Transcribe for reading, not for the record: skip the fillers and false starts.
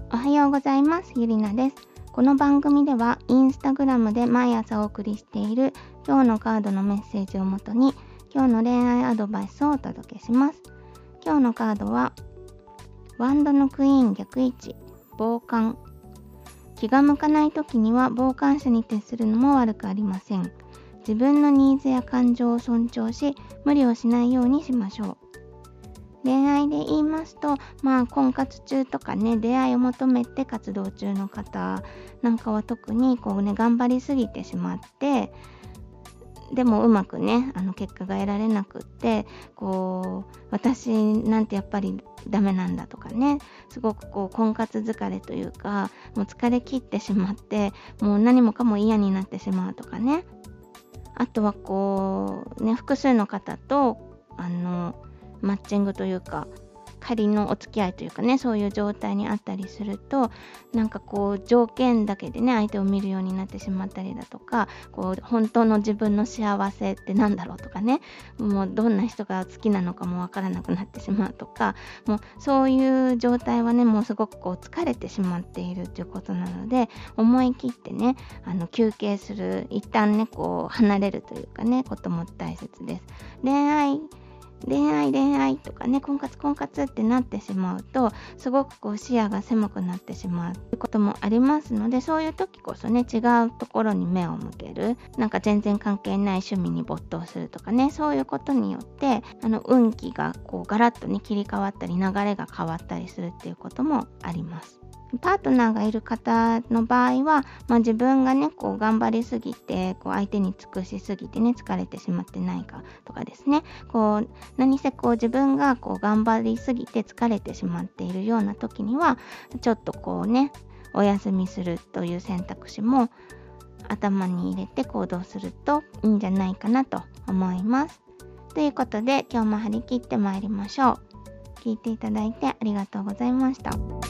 おはようございます。ゆりなです。この番組ではインスタグラムで毎朝お送りしている今日のカードのメッセージをもとに今日の恋愛アドバイスをお届けします。今日のカードはワンドのクイーン逆位置、傍観。気が向かない時には傍観者に徹するのも悪くありません。自分のニーズや感情を尊重し無理をしないようにしましょう。恋愛で言いますと、婚活中とかね、出会いを求めて活動中の方なんかは特に頑張りすぎてしまって、でもうまくね、結果が得られなくって、私なんてやっぱりダメなんだとかね、すごく婚活疲れというか、もう疲れ切ってしまって、もう何もかも嫌になってしまうとかね。あとは複数の方とマッチングというか仮のお付き合いというかね、そういう状態にあったりすると、条件だけでね相手を見るようになってしまったりだとか、本当の自分の幸せってなんだろうとかね、もうどんな人が好きなのかもわからなくなってしまうとか、もうそういう状態はね、もうすごく疲れてしまっているということなので、思い切ってね休憩する、一旦ね離れるというかね、ことも大切です。恋愛とかね、婚活ってなってしまうと、すごく視野が狭くなってしまうってこともありますので、そういう時こそね、違うところに目を向ける、全然関係ない趣味に没頭するとかね、そういうことによって運気がガラッとね切り替わったり、流れが変わったりするっていうこともあります。パートナーがいる方の場合は、自分がね頑張りすぎて相手に尽くしすぎてね疲れてしまってないかとかですね、何せ自分が頑張りすぎて疲れてしまっているような時には、ちょっとお休みするという選択肢も頭に入れて行動するといいんじゃないかなと思います。ということで今日も張り切ってまいりましょう。聞いていただいてありがとうございました。